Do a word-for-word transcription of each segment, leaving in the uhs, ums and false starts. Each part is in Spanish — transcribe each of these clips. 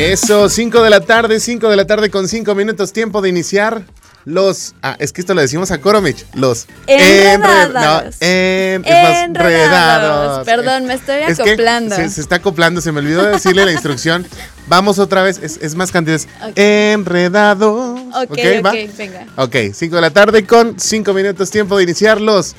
Eso, cinco de la tarde, cinco de la tarde con cinco minutos, tiempo de iniciar los... Ah, es que esto lo decimos a coro, Mitch. Los... Enredados. Enred, no, en, enredados. enredados. Perdón, me estoy es acoplando. Que se, se está acoplando, se me olvidó decirle la instrucción. Vamos otra vez, es, es más cantidad. Okay. Enredados. Ok, ok, ok, ¿va? venga. Ok, cinco de la tarde con cinco minutos, tiempo de iniciar los...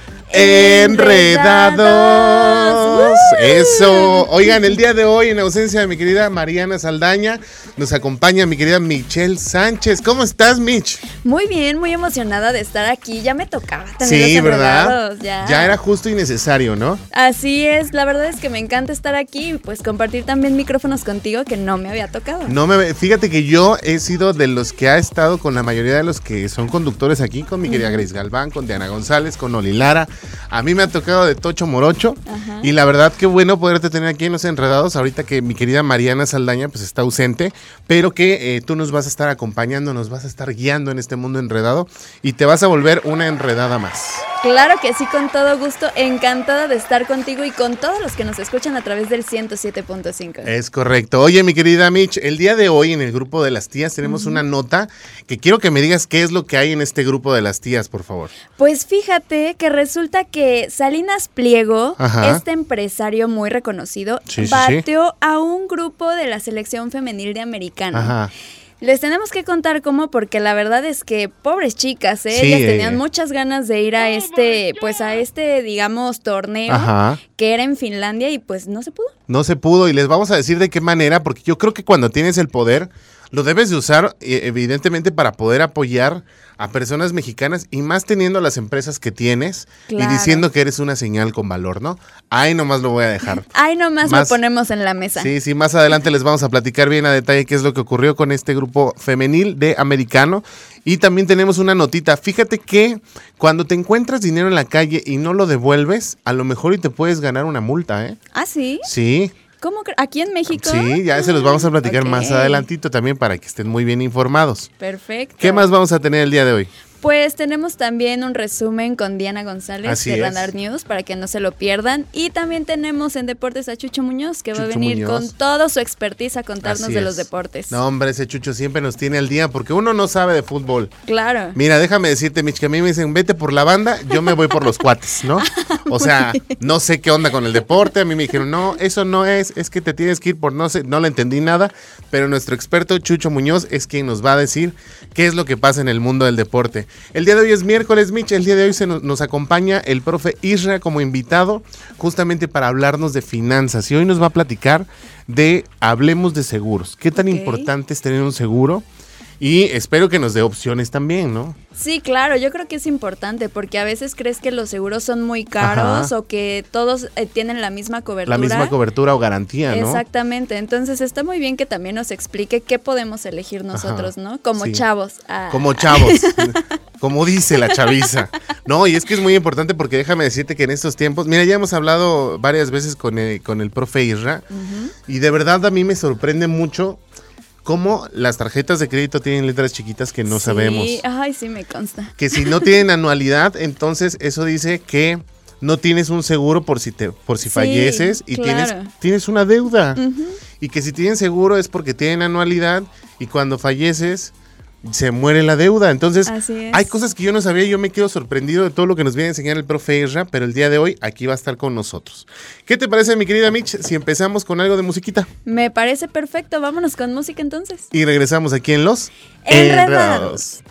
Enredados. Eso. Oigan, el día de hoy, en ausencia de mi querida Mariana Saldaña, nos acompaña mi querida Michelle Sánchez. ¿Cómo estás, Mitch? Muy bien, muy emocionada de estar aquí. Ya me tocaba tener Sí, los ¿verdad? enredados, ya. Ya era justo y necesario, ¿no? Así es, la verdad es que me encanta estar aquí y pues compartir también micrófonos contigo que no me había tocado. No me, fíjate que yo he sido de los que ha estado con la mayoría de los que son conductores aquí, con mi querida uh-huh. Grace Galván, con Diana González, con Oli Lara. A mí me ha tocado de tocho morocho. Ajá. Y la verdad qué bueno poderte tener aquí en Los Enredados, ahorita que mi querida Mariana Saldaña pues está ausente, pero que eh, tú nos vas a estar acompañando, nos vas a estar guiando en este mundo enredado y te vas a volver una enredada más. Claro que sí, con todo gusto, encantada de estar contigo y con todos los que nos escuchan a través del ciento siete punto cinco. Es correcto. Oye, mi querida Mitch, el día de hoy en el grupo de las tías tenemos uh-huh. una nota que quiero que me digas qué es lo que hay en este grupo de las tías, por favor. Pues fíjate que resulta que Salinas Pliego, Ajá. este empresario muy reconocido, sí, bateó sí, sí. a un grupo de la selección femenil de americano. Ajá. Les tenemos que contar cómo, porque la verdad es que pobres chicas, ¿eh? Sí, ellas tenían eh. muchas ganas de ir a este, pues a este, digamos, torneo Ajá. que era en Finlandia y pues no se pudo. No se pudo y les vamos a decir de qué manera, porque yo creo que cuando tienes el poder, lo debes de usar evidentemente para poder apoyar a personas mexicanas y más teniendo las empresas que tienes claro. y diciendo que eres una señal con valor, ¿no? Ahí nomás lo voy a dejar. Ahí nomás más, lo ponemos en la mesa. Sí, sí, más adelante les vamos a platicar bien a detalle qué es lo que ocurrió con este grupo femenil de americano. Y también tenemos una notita. Fíjate que cuando te encuentras dinero en la calle y no lo devuelves, a lo mejor y te puedes ganar una multa, ¿eh? ¿Ah, sí? Sí. ¿Cómo? ¿Aquí en México? Sí, ya se los vamos a platicar okay. más adelantito también para que estén muy bien informados. Perfecto. ¿Qué más vamos a tener el día de hoy? Pues tenemos también un resumen con Diana González Así de es. Radar News para que no se lo pierdan. Y también tenemos en Deportes a Chucho Muñoz, que Chucho va a venir Muñoz. con todo su expertise a contarnos Así de es. los deportes. No, hombre, ese Chucho siempre nos tiene al día porque uno no sabe de fútbol. Claro. Mira, déjame decirte, Mitch, que a mí me dicen, vete por la banda, yo me voy por los cuates, ¿no? O sea, no sé qué onda con el deporte. A mí me dijeron, no, eso no es, es que te tienes que ir por no sé, no le entendí nada. Pero nuestro experto Chucho Muñoz es quien nos va a decir qué es lo que pasa en el mundo del deporte. El día de hoy es miércoles, Mitch, el día de hoy se nos, nos acompaña el profe Isra como invitado justamente para hablarnos de finanzas y hoy nos va a platicar de hablemos de seguros. ¿Qué tan okay. importante es tener un seguro? Y espero que nos dé opciones también, ¿no? Sí, claro, yo creo que es importante porque a veces crees que los seguros son muy caros Ajá. o que todos eh, tienen la misma cobertura. La misma cobertura o garantía, ¿no? Exactamente, entonces está muy bien que también nos explique qué podemos elegir nosotros, Ajá. ¿no? Como sí. chavos. Ah. Como chavos, como dice la chaviza. No, y es que es muy importante porque déjame decirte que en estos tiempos, mira, ya hemos hablado varias veces con el, con el profe Isra uh-huh. y de verdad a mí me sorprende mucho cómo las tarjetas de crédito tienen letras chiquitas que no sí, sabemos. Ay, sí me consta. Que si no tienen anualidad, entonces eso dice que no tienes un seguro por si te por si sí, falleces y claro. tienes tienes una deuda. Uh-huh. Y que si tienen seguro es porque tienen anualidad y cuando falleces se muere la deuda. Entonces, hay cosas que yo no sabía y yo me quedo sorprendido de todo lo que nos viene a enseñar el profe Isra, pero el día de hoy aquí va a estar con nosotros. ¿Qué te parece, mi querida Mitch, si empezamos con algo de musiquita? Me parece perfecto, vámonos con música entonces. Y regresamos aquí en Los Enredados.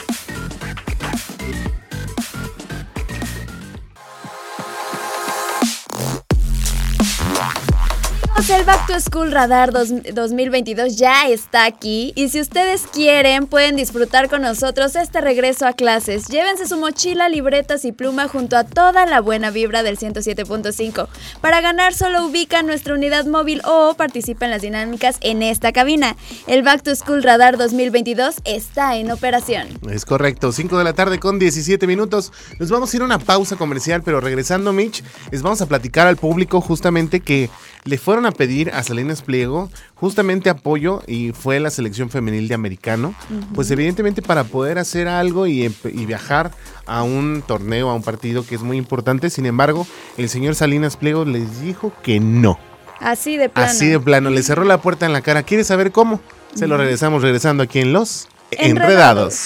El Back to School Radar dos mil veintidós ya está aquí y si ustedes quieren pueden disfrutar con nosotros este regreso a clases. Llévense su mochila, libretas y pluma junto a toda la buena vibra del ciento siete punto cinco. Para ganar solo ubica nuestra unidad móvil o participa en las dinámicas en esta cabina. El Back to School Radar dos mil veintidós está en operación. Es correcto, cinco de la tarde con diecisiete minutos. Nos vamos a ir a una pausa comercial, pero regresando, Mitch, les vamos a platicar al público justamente que le fueron a pedir a Salinas Pliego justamente apoyo y fue la selección femenil de americano, uh-huh. pues evidentemente para poder hacer algo y, y viajar a un torneo, a un partido que es muy importante. Sin embargo, el señor Salinas Pliego les dijo que no. Así de plano. Así de plano, le cerró la puerta en la cara. ¿Quieres saber cómo? Se lo regresamos regresando aquí en Los Enredados.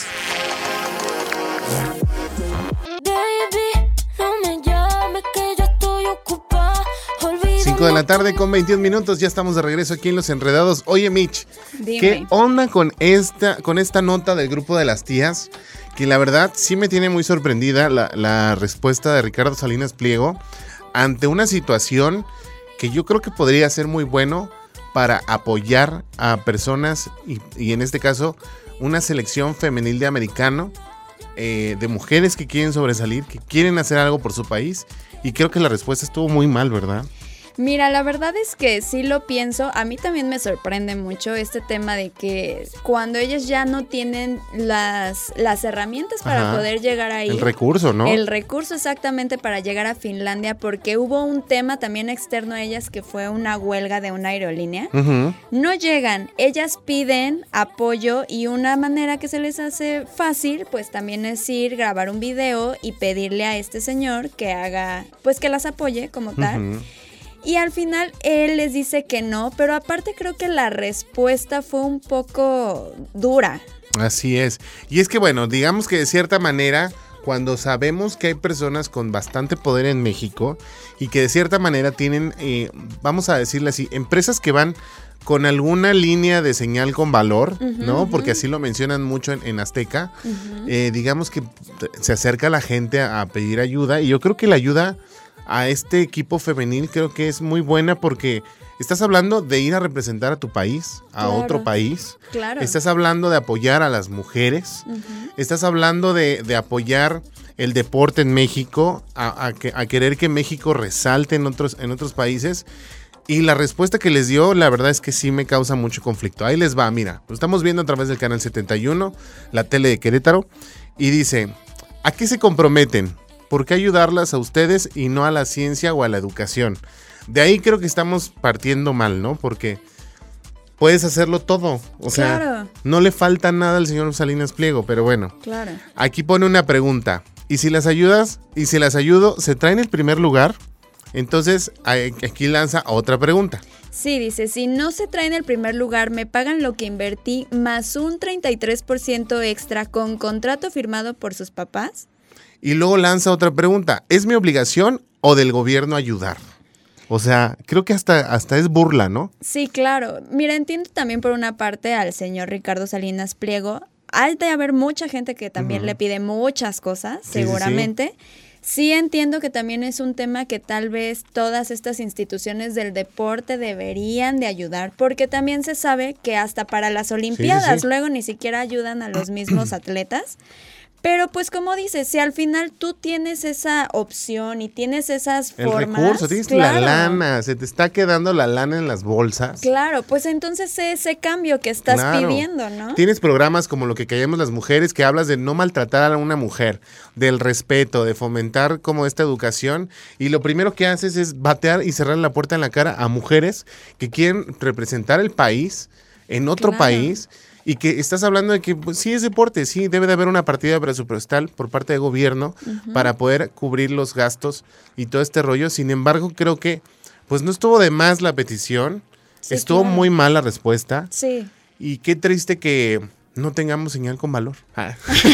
cinco de la tarde con veintiún minutos, ya estamos de regreso aquí en Los Enredados. Oye, Mitch, Dime. ¿qué onda con esta, con esta nota del grupo de las tías? Que la verdad sí me tiene muy sorprendida la, la respuesta de Ricardo Salinas Pliego ante una situación que yo creo que podría ser muy bueno para apoyar a personas y, y en este caso una selección femenil de americano, eh, de mujeres que quieren sobresalir, que quieren hacer algo por su país, y creo que la respuesta estuvo muy mal, ¿verdad? Mira, la verdad es que sí lo pienso. A mí también me sorprende mucho este tema de que cuando ellas ya no tienen las, las herramientas para Ajá. poder llegar ahí. El recurso, ¿no? El recurso exactamente para llegar a Finlandia, porque hubo un tema también externo a ellas que fue una huelga de una aerolínea. Uh-huh. No llegan, ellas piden apoyo y una manera que se les hace fácil, pues también es ir, grabar un video y pedirle a este señor que haga, pues que las apoye como tal. Uh-huh. Y al final él les dice que no, pero aparte creo que la respuesta fue un poco dura. Así es. Y es que bueno, digamos que de cierta manera, cuando sabemos que hay personas con bastante poder en México y que de cierta manera tienen, eh, vamos a decirle así, empresas que van con alguna línea de señal con valor, uh-huh, ¿no? Uh-huh. Porque así lo mencionan mucho en, en Azteca. Uh-huh. Eh, digamos que se acerca la gente a, a pedir ayuda y yo creo que la ayuda a este equipo femenil creo que es muy buena porque estás hablando de ir a representar a tu país, a claro. otro país. Claro. Estás hablando de apoyar a las mujeres. Uh-huh. Estás hablando de, de apoyar el deporte en México, a, a, que, a querer que México resalte en otros, en otros países. Y la respuesta que les dio, la verdad es que sí me causa mucho conflicto. Ahí les va, mira, lo estamos viendo a través del canal setenta y uno, la tele de Querétaro, y dice, ¿a qué se comprometen? ¿Por qué ayudarlas a ustedes y no a la ciencia o a la educación? De ahí creo que estamos partiendo mal, ¿no? Porque puedes hacerlo todo. O sea, claro. no le falta nada al señor Salinas Pliego, pero bueno. Claro. Aquí pone una pregunta. ¿Y si las ayudas? ¿Y si las ayudo? ¿Se traen el primer lugar? Entonces, aquí lanza otra pregunta. Sí, dice, si no se traen el primer lugar, me pagan lo que invertí más un treinta y tres por ciento extra con contrato firmado por sus papás. Y luego lanza otra pregunta, ¿es mi obligación o del gobierno ayudar? O sea, creo que hasta, hasta es burla, ¿no? Sí, claro. Mira, entiendo también por una parte al señor Ricardo Salinas Pliego. Hay de haber mucha gente que también uh-huh. le pide muchas cosas, sí, seguramente. Sí, sí. Sí entiendo que también es un tema que tal vez todas estas instituciones del deporte deberían de ayudar, porque también se sabe que hasta para las Olimpiadas sí, sí, sí. luego ni siquiera ayudan a los mismos atletas. Pero pues como dices, si al final tú tienes esa opción y tienes esas formas... El recurso, tienes claro. la lana, se te está quedando la lana en las bolsas. Claro, pues entonces ese cambio que estás claro. pidiendo, ¿no? Tienes programas como lo que callamos las mujeres, que hablas de no maltratar a una mujer, del respeto, de fomentar como esta educación, y lo primero que haces es batear y cerrar la puerta en la cara a mujeres que quieren representar el país en otro claro. país. Y que estás hablando de que pues, sí es deporte, sí debe de haber una partida presupuestal por parte del gobierno uh-huh. para poder cubrir los gastos y todo este rollo. Sin embargo, creo que pues no estuvo de más la petición, sí, estuvo claro. muy mal la respuesta. Sí. Y qué triste que no tengamos señal con valor. Ah.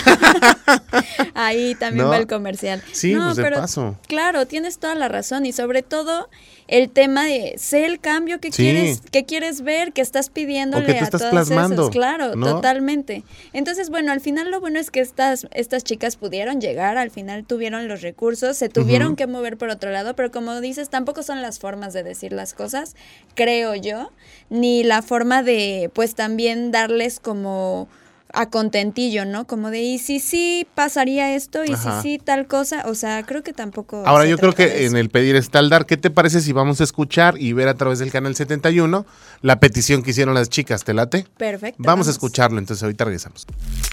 Ahí también ¿no? va el comercial. Sí, no, pues de pero, paso. Claro, tienes toda la razón y sobre todo el tema de sé el cambio que sí. quieres que quieres ver, que estás pidiéndole o que te a estás todas plasmando, esas. Claro, ¿no? Totalmente. Entonces, bueno, al final lo bueno es que estas, estas chicas pudieron llegar, al final tuvieron los recursos, se tuvieron uh-huh. que mover por otro lado, pero como dices, tampoco son las formas de decir las cosas, creo yo, ni la forma de, pues también darles como... a contentillo, ¿no? Como de, y si sí pasaría esto, y Ajá. si sí tal cosa, o sea, creo que tampoco... Ahora, yo creo que en el pedir está el dar. ¿Qué te parece si vamos a escuchar y ver a través del canal setenta y uno la petición que hicieron las chicas? ¿Te late? Perfecto. Vamos, vamos. a escucharlo, entonces ahorita regresamos.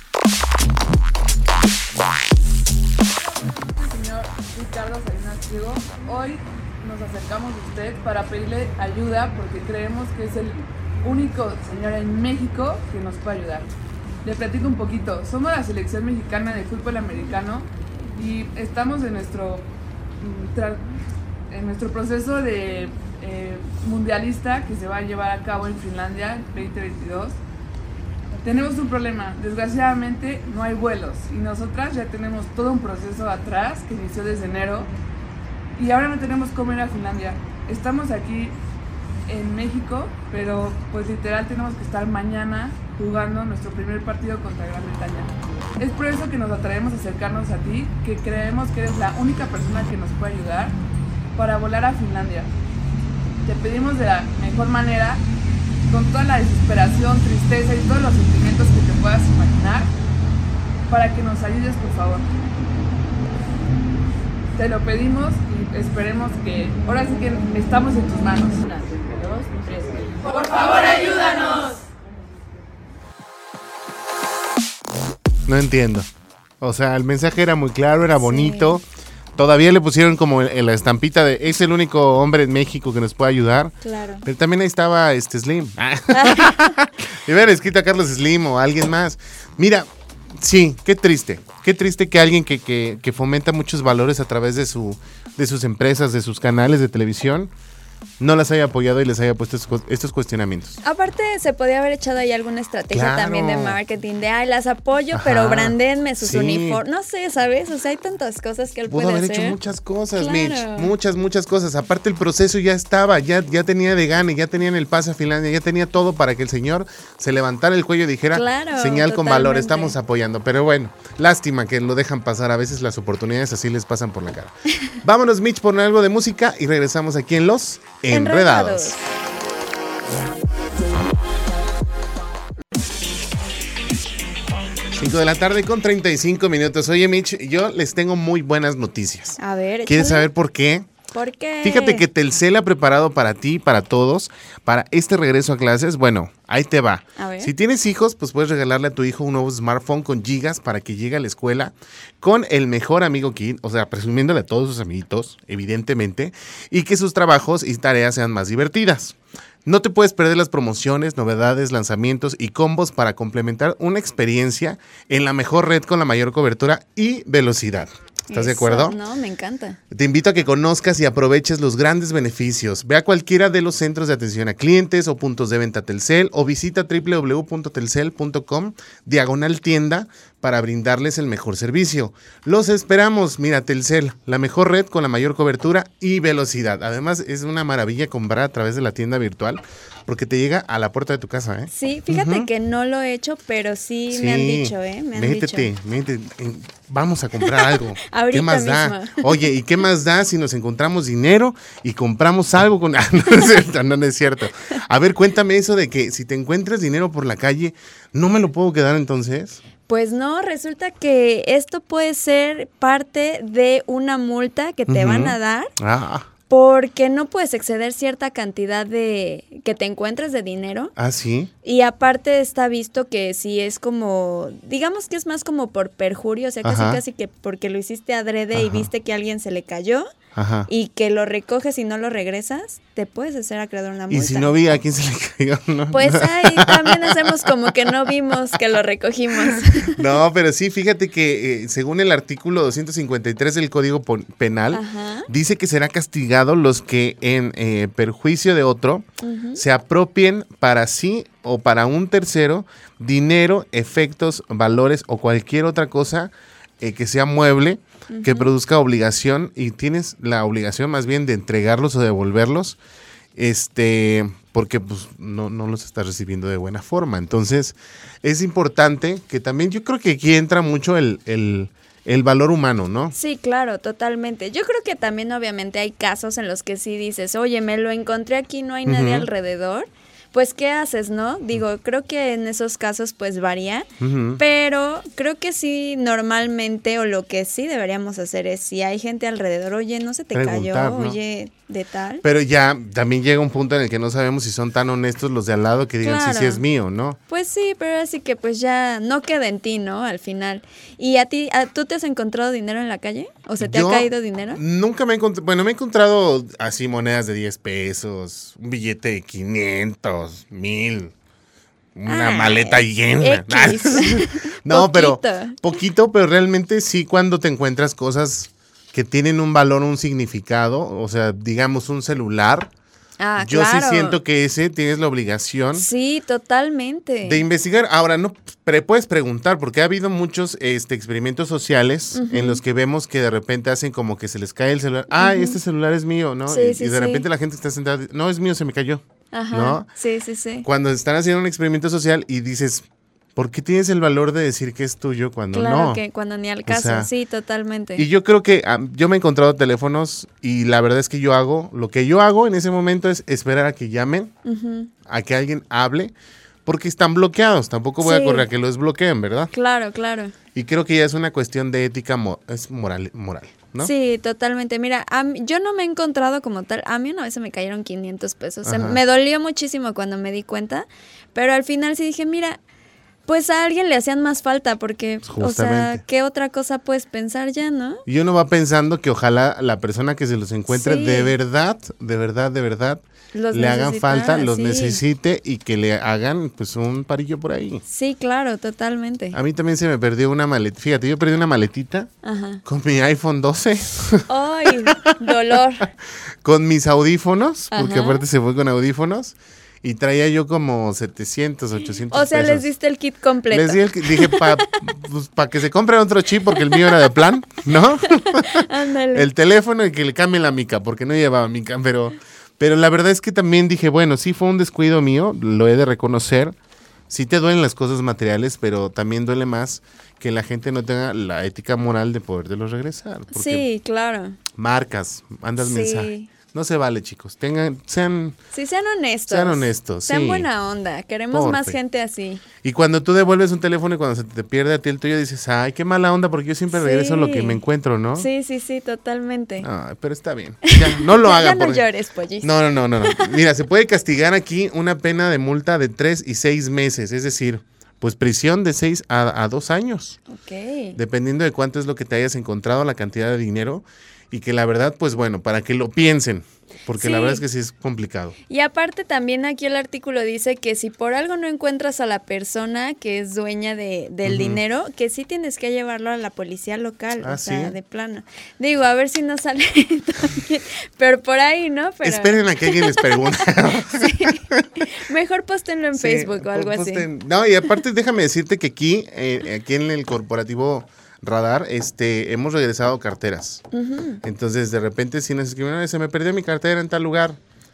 Señor Ricardo Salinas Pliego, hoy nos acercamos a usted para pedirle ayuda porque creemos que es el único señor en México que nos puede ayudar. Le platico un poquito. Somos la selección mexicana de fútbol americano y estamos en nuestro, en nuestro proceso de eh, mundialista que se va a llevar a cabo en Finlandia el veinte veintidós. Tenemos un problema, desgraciadamente no hay vuelos y nosotras ya tenemos todo un proceso atrás que inició desde enero y ahora no tenemos cómo ir a Finlandia. Estamos aquí en México, pero pues literal tenemos que estar mañana jugando nuestro primer partido contra Gran Bretaña. Es por eso que nos atraemos a acercarnos a ti, que creemos que eres la única persona que nos puede ayudar para volar a Finlandia. Te pedimos de la mejor manera, con toda la desesperación, tristeza y todos los sentimientos que te puedas imaginar, para que nos ayudes, por favor. Te lo pedimos y esperemos que ahora sí que estamos en tus manos. Una, dos, tres. ¡Por favor, ayúdanos! No entiendo. O sea, el mensaje era muy claro, era bonito. Sí. Todavía le pusieron como en la estampita de es el único hombre en México que nos puede ayudar. Claro. Pero también ahí estaba este Slim. Y hubiera escrito a Carlos Slim o a alguien más. Mira, sí, qué triste. Qué triste que alguien que, que, que fomenta muchos valores a través de su de sus empresas, de sus canales de televisión, no las haya apoyado y les haya puesto estos, estos cuestionamientos. Aparte, se podía haber echado ahí alguna estrategia claro. también de marketing, de, ay, las apoyo, Ajá. pero brandenme sus sí. uniformes. No sé, ¿sabes? O sea, hay tantas cosas que él Pudo puede haber hacer. hecho muchas cosas, claro. Mitch. Muchas, muchas cosas. Aparte, el proceso ya estaba, ya, ya tenía de gane, ya tenían el pase a Finlandia, ya tenía todo para que el señor se levantara el cuello y dijera, claro, señal con totalmente. valor, estamos apoyando. Pero bueno, lástima que lo dejan pasar. A veces las oportunidades así les pasan por la cara. Vámonos, Mitch, por algo de música y regresamos aquí en Los Enredados. Enredados. cinco de la tarde con treinta y cinco minutos. Oye, Mitch, yo les tengo muy buenas noticias. A ver, ¿quieres échale. saber por qué? ¿Por qué? Fíjate que Telcel ha preparado para ti, para todos, para este regreso a clases. Bueno, ahí te va. A ver. Si tienes hijos, pues puedes regalarle a tu hijo un nuevo smartphone con gigas para que llegue a la escuela con el mejor amigo kit, o sea, presumiéndole a todos sus amiguitos, evidentemente, y que sus trabajos y tareas sean más divertidas. No te puedes perder las promociones, novedades, lanzamientos y combos para complementar una experiencia en la mejor red con la mayor cobertura y velocidad. ¿Estás Eso, de acuerdo? No, me encanta. Te invito a que conozcas y aproveches los grandes beneficios. Ve a cualquiera de los centros de atención a clientes o puntos de venta Telcel o visita doble u doble u doble u punto telcel punto com diagonal tienda para brindarles el mejor servicio. Los esperamos. Mira, Telcel, la mejor red con la mayor cobertura y velocidad. Además, es una maravilla comprar a través de la tienda virtual porque te llega a la puerta de tu casa, ¿eh? Sí, fíjate uh-huh. que no lo he hecho, pero sí, sí me han dicho, ¿eh? Me han métete, dicho. métete, vamos a comprar algo. Ahorita ¿Qué más mismo. da? Oye, ¿y qué más da si nos encontramos dinero y compramos algo con... Ah, no es cierto, no, no es cierto. A ver, cuéntame eso de que si te encuentras dinero por la calle, ¿no me lo puedo quedar entonces? Pues no, resulta que esto puede ser parte de una multa que te uh-huh. van a dar. Ah. Porque no puedes exceder cierta cantidad de que te encuentres de dinero. Ah, sí. Y aparte está visto que si es como, digamos que es más como por perjurio, o sea, casi Ajá. casi que porque lo hiciste adrede Ajá. y viste que a alguien se le cayó. Ajá. Y que lo recoges y no lo regresas, te puedes hacer acreedor una multa. Y si no vi a quién se le cayó, ¿no? Pues ahí también hacemos como que no vimos que lo recogimos. No, pero sí, fíjate que eh, según el artículo doscientos cincuenta y tres del Código Penal, Ajá. dice que será castigado los que en eh, perjuicio de otro uh-huh. se apropien para sí o para un tercero dinero, efectos, valores o cualquier otra cosa eh, que sea mueble, uh-huh. que produzca obligación y tienes la obligación más bien de entregarlos o devolverlos, este, porque pues no, no los estás recibiendo de buena forma. Entonces es importante que también, yo creo que aquí entra mucho el, el, el valor humano, ¿no? Sí, claro, totalmente. Yo creo que también obviamente hay casos en los que sí dices, oye, me lo encontré aquí, no hay uh-huh. nadie alrededor. Pues, ¿qué haces, no? Digo, creo que en esos casos, pues, varía, uh-huh. pero creo que sí, normalmente, o lo que sí deberíamos hacer es, si hay gente alrededor, oye, no se te cayó, ¿no? Oye, de tal. Pero ya también llega un punto en el que no sabemos si son tan honestos los de al lado que digan, claro. sí, sí es mío, ¿no? Pues sí, pero así que pues ya no queda en ti, ¿no? Al final. ¿Y a ti, a, tú te has encontrado dinero en la calle? ¿O se te Yo ha caído dinero? Nunca me he encontrado, bueno, me he encontrado así monedas de diez pesos, un billete de quinientos, mil, una Ay, maleta llena. No, pero poquito, pero realmente sí cuando te encuentras cosas que tienen un valor, un significado, o sea, digamos un celular, Ah, Yo claro. sí siento que ese tienes la obligación Sí, totalmente. de investigar. Ahora, no pre- puedes preguntar, porque ha habido muchos este, experimentos sociales uh-huh. en los que vemos que de repente hacen como que se les cae el celular. Ah, uh-huh. este celular es mío, ¿no? Sí, y, sí, y de sí. repente la gente está sentada, no, es mío, se me cayó. Ajá. ¿No? Sí, sí, sí. Cuando están haciendo un experimento social y dices, ¿por qué tienes el valor de decir que es tuyo cuando claro no? Claro que cuando ni al caso, o sea, sí, totalmente. Y yo creo que um, yo me he encontrado teléfonos y la verdad es que yo hago, lo que yo hago en ese momento es esperar a que llamen, uh-huh. a que alguien hable, porque están bloqueados. Tampoco voy sí. a correr a que los bloqueen, ¿verdad? Claro, claro. Y creo que ya es una cuestión de ética, mo- es moral, moral, ¿no? Sí, totalmente. Mira, a mí, yo no me he encontrado como tal. A mí una vez se me cayeron quinientos pesos. O sea, me dolió muchísimo cuando me di cuenta, pero al final sí dije, mira, pues a alguien le hacían más falta porque, o sea, ¿qué otra cosa puedes pensar ya, no? Y uno va pensando que ojalá la persona que se los encuentre sí. de verdad, de verdad, de verdad, los le hagan falta, los sí. necesite y que le hagan pues un parillo por ahí. Sí, claro, totalmente. A mí también se me perdió una maletita. Fíjate, yo perdí una maletita Ajá. con mi iPhone doce. ¡Ay! Dolor. Con mis audífonos, porque Ajá. aparte se fue con audífonos. Y traía yo como setecientos, ochocientos O sea, pesos. Les diste el kit completo. Les di el, dije, para pues, pa que se compren otro chip, porque el mío era de plan, ¿no? Ándale. El teléfono y que le cambien la mica, porque no llevaba mica. Pero, pero la verdad es que también dije, bueno, sí fue un descuido mío, lo he de reconocer. Sí te duelen las cosas materiales, pero también duele más que la gente no tenga la ética moral de poderlos regresar. Sí, claro. Marcas, mandas sí. mensaje. No se vale, chicos. Tengan, sean... Sí, sean honestos. Sean honestos, Sean sí. buena onda. Queremos Porfe. más gente así. Y cuando tú devuelves un teléfono y cuando se te pierde a ti el tuyo, dices, ay, qué mala onda, porque yo siempre sí. regreso lo que me encuentro, ¿no? Sí, sí, sí, totalmente. Ay, pero está bien. Ya, no lo hagan. Ya no porque... llores, pollito. No, no, no, no, no. Mira, se puede castigar aquí una pena de multa de tres y seis meses. Es decir, pues prisión de seis a, a dos años. Ok. Dependiendo de cuánto es lo que te hayas encontrado, la cantidad de dinero. Y que la verdad, pues bueno, para que lo piensen. Porque sí. la verdad es que sí es complicado. Y aparte también aquí el artículo dice que si por algo no encuentras a la persona que es dueña de, del uh-huh. dinero, que sí tienes que llevarlo a la policía local, ah, o sea, ¿sí? de plano. Digo, a ver si no sale también, pero por ahí, ¿no? Pero... Esperen a que alguien les pregunte. sí. Mejor póstenlo en sí, Facebook o algo posten... así. No, y aparte déjame decirte que aquí, eh, aquí en el corporativo Radar, este, hemos regresado carteras. Uh-huh. Entonces, de repente, si nos escriben, se me perdió mi cartera en tal lugar.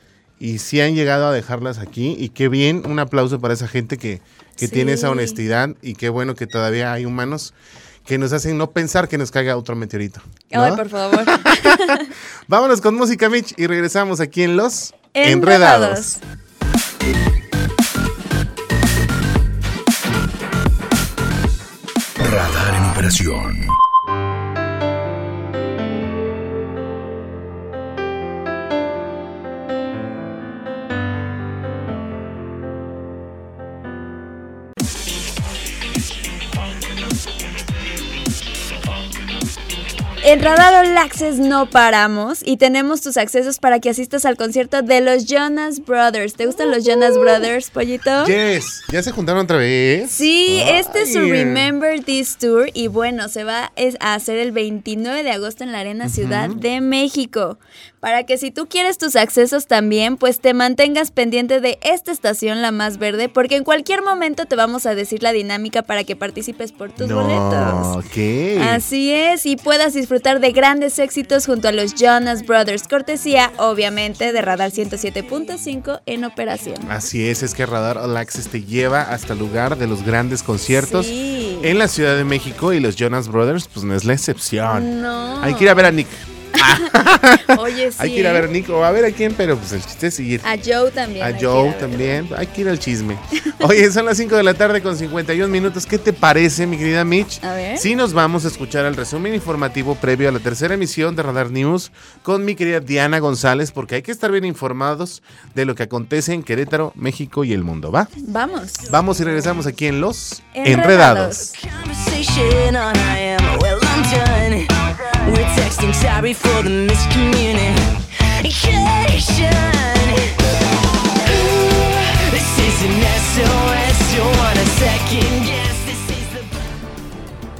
Y sí han llegado a dejarlas aquí. Y qué bien, un aplauso para esa gente que, que sí. tiene esa honestidad. Y qué bueno que todavía hay humanos que nos hacen no pensar que nos caiga otro meteorito, ¿no? Ay, por favor. Vámonos con música, Mitch, y regresamos aquí en Los Enredados. Enredados. Radar en operación. En Radar All Access no paramos y tenemos tus accesos para que asistas al concierto de los Jonas Brothers. ¿Te gustan los Jonas Brothers, pollito? Yes, ¿ya se juntaron otra vez? Sí, Ay. este es su Remember This Tour y bueno, se va a hacer el veintinueve de agosto en la Arena Ciudad uh-huh. de México. Para que si tú quieres tus accesos también, pues te mantengas pendiente de esta estación, La Más Verde, porque en cualquier momento te vamos a decir la dinámica para que participes por tus no, boletos. Okay. Así es, y puedas disfrutar de grandes éxitos junto a los Jonas Brothers, cortesía, obviamente, de Radar ciento siete punto cinco en operación. Así es, es que Radar All Access te lleva hasta el lugar de los grandes conciertos sí. en la Ciudad de México y los Jonas Brothers, pues no es la excepción. No. Hay que ir a ver a Nick. Oye, sí. Hay que ir a ver a Nick o a ver a quién, pero pues el chiste es ir. A Joe también. A Joe también. Hay que ir al chisme. Oye, son las cinco de la tarde con cincuenta y un minutos. ¿Qué te parece, mi querida Mitch? A ver. Sí, nos vamos a escuchar el resumen informativo previo a la tercera emisión de Radar News con mi querida Diana González, porque hay que estar bien informados de lo que acontece en Querétaro, México y el mundo, ¿va? Vamos. Vamos y regresamos aquí en Los Enredados. Enredados. We're texting sorry for the miscommunication. Ooh, this is an S O S. Don't want a second guess. This is the...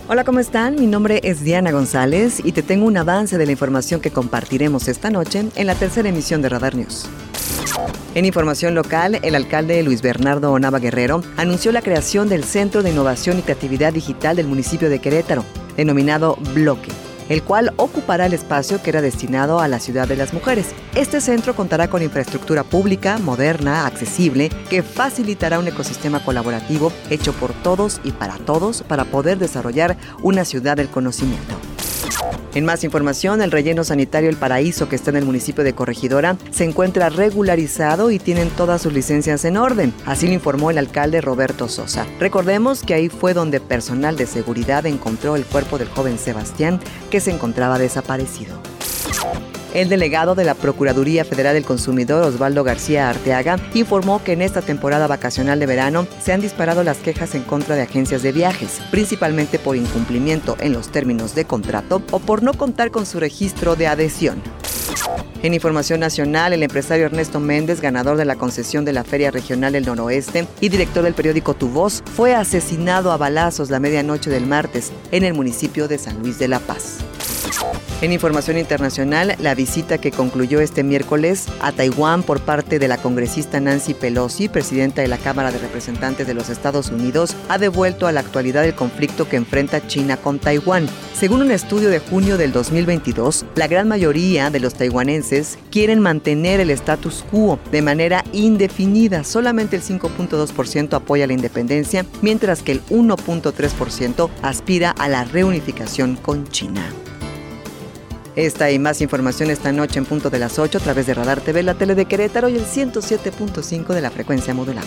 Hola, ¿cómo están? Mi nombre es Diana González y te tengo un avance de la información que compartiremos esta noche en la tercera emisión de Radar News. En información local, el alcalde Luis Bernardo Nava Guerrero anunció la creación del Centro de Innovación y Creatividad Digital del municipio de Querétaro, denominado Bloque, el cual ocupará el espacio que era destinado a la Ciudad de las Mujeres. Este centro contará con infraestructura pública, moderna, accesible, que facilitará un ecosistema colaborativo hecho por todos y para todos para poder desarrollar una ciudad del conocimiento. En más información, el relleno sanitario El Paraíso, que está en el municipio de Corregidora, se encuentra regularizado y tienen todas sus licencias en orden. Así lo informó el alcalde Roberto Sosa. Recordemos que ahí fue donde personal de seguridad encontró el cuerpo del joven Sebastián, que se encontraba desaparecido. El delegado de la Procuraduría Federal del Consumidor, Osvaldo García Arteaga, informó que en esta temporada vacacional de verano se han disparado las quejas en contra de agencias de viajes, principalmente por incumplimiento en los términos de contrato o por no contar con su registro de adhesión. En información nacional, el empresario Ernesto Méndez, ganador de la concesión de la Feria Regional del Noroeste y director del periódico Tu Voz, fue asesinado a balazos la medianoche del martes en el municipio de San Luis de la Paz. En información internacional, la visita que concluyó este miércoles a Taiwán por parte de la congresista Nancy Pelosi, presidenta de la Cámara de Representantes de los Estados Unidos, ha devuelto a la actualidad el conflicto que enfrenta China con Taiwán. Según un estudio de junio del dos mil veintidós, la gran mayoría de los taiwaneses quieren mantener el status quo de manera indefinida. Solamente el cinco punto dos por ciento apoya la independencia, mientras que el uno punto tres por ciento aspira a la reunificación con China. Esta y más información esta noche en punto de las ocho a través de Radar T V, la tele de Querétaro y el ciento siete punto cinco de la frecuencia modulada.